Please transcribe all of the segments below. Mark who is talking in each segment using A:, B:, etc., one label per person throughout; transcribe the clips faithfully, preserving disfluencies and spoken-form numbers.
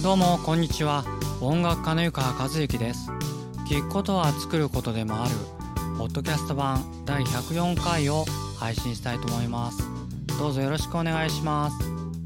A: どうもこんにちは。音楽家の湯川和之です。聞くことは作ることでもあるポッドキャスト版だいひゃくよんかいを配信したいと思います。どうぞよろしくお願いします。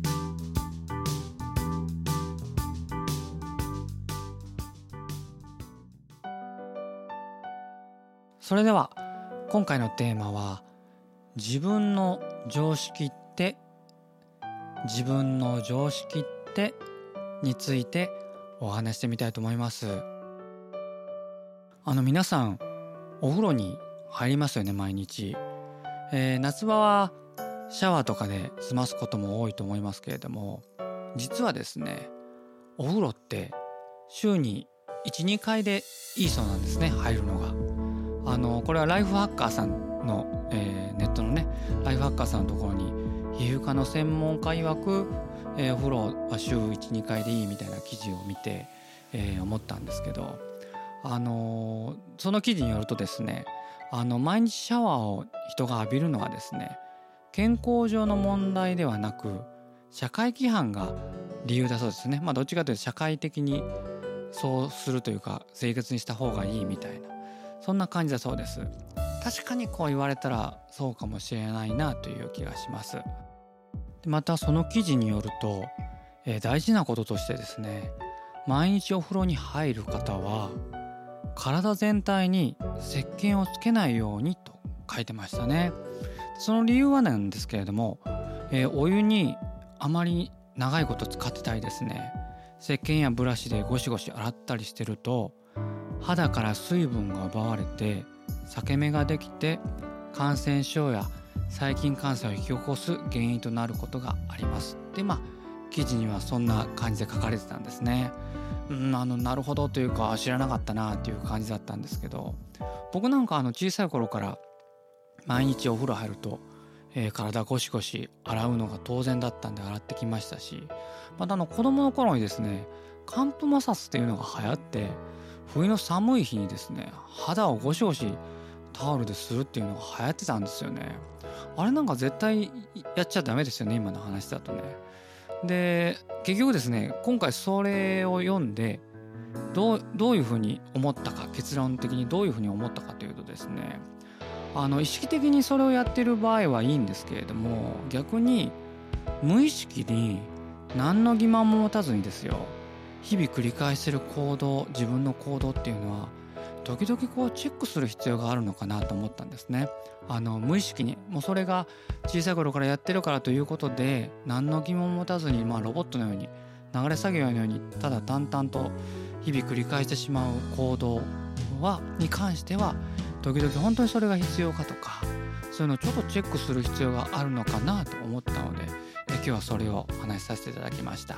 A: それでは今回のテーマは、自分の常識って自分の常識ってについてお話してみたいと思います。あの皆さんお風呂に入りますよね、毎日。えー、夏場はシャワーとかで済ますことも多いと思いますけれども、実はですね、お風呂って週に いち,に 回でいいそうなんですね、入るのが。あのこれはライフハッカーさんの、えー、ネットのねライフハッカーさんのところに皮膚科の専門家曰く、えー、お風呂は週 いち,に 回でいいみたいな記事を見て、えー、思ったんですけど、あのー、その記事によるとですね、あの毎日シャワーを人が浴びるのはですね、健康上の問題ではなく社会規範が理由だそうですね。まあどっちかというと社会的にそうするというか生活にした方がいいみたいな、そんな感じだそうです。確かにこう言われたらそうかもしれないなという気がします。またその記事によると、えー、大事なこととしてですね、毎日お風呂に入る方は体全体に石鹸をつけないようにと書いてましたね。その理由はなんですけれども、えー、お湯にあまり長いこと使ってたりですね、石鹸やブラシでゴシゴシ洗ったりしてると肌から水分が奪われて裂け目ができて感染症や細菌感染を引き起こす原因となることがありますで、まあ記事にはそんな感じで書かれてたんですね。うんあのなるほどというか、知らなかったなっていう感じだったんですけど、僕なんかあの小さい頃から毎日お風呂入ると、えー、体ゴシゴシ洗うのが当然だったんで洗ってきましたし、またあの子供の頃にですね、寒風摩擦っていうのが流行って、冬の寒い日にですね、肌をゴシゴシタオルでするっていうのが流行ってたんですよね。あれなんか絶対やっちゃダメですよね、今の話だとね。で結局ですね、今回それを読んでどう、どういうふうに思ったか、結論的にどういうふうに思ったかというとですね、あの意識的にそれをやってる場合はいいんですけれども、逆に無意識に何の疑問も持たずにですよ、日々繰り返してる行動、自分の行動っていうのは時々こうチェックする必要があるのかなと思ったんですね。あの無意識に、もうそれが小さい頃からやってるからということで何の疑問も持たずに、まあロボットのように流れ作業のようにただ淡々と日々繰り返してしまう行動はに関しては、時々本当にそれが必要かとか、そういうのをちょっとチェックする必要があるのかなと思ったので、え今日はそれをお話しさせていただきました。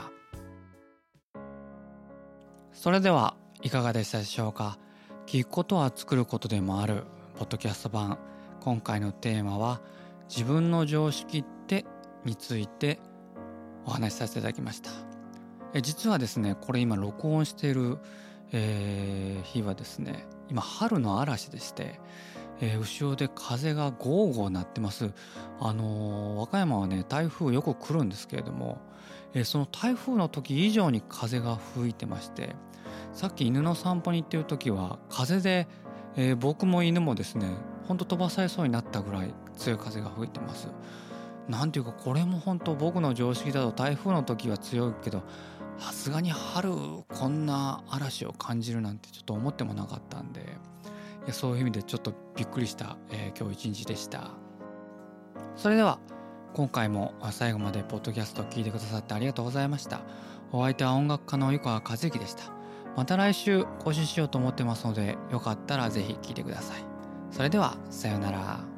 A: それではいかがでしたでしょうか。聞くことは作ることでもあるポッドキャスト版、今回のテーマは自分の常識ってについてお話しさせていただきました。え実はですね、これ今録音している、えー、日はですね、今春の嵐でして、えー、後ろで風がゴーゴー鳴ってます。あのー、和歌山はね台風よく来るんですけれども、えー、その台風の時以上に風が吹いてまして、さっき犬の散歩に行ってる時は風で、えー、僕も犬もですね、ほんと飛ばされそうになったぐらい強い風が吹いてます。なんていうか、これも本当僕の常識だと台風の時は強いけど、さすがに春こんな嵐を感じるなんてちょっと思ってもなかったんで、いやそういう意味でちょっとびっくりした、えー、今日一日でした。それでは今回も最後までポッドキャストを聞いてくださってありがとうございました。お相手は音楽家の湯川和之でした。また来週更新しようと思ってますので、よかったらぜひ聞いてください。それではさようなら。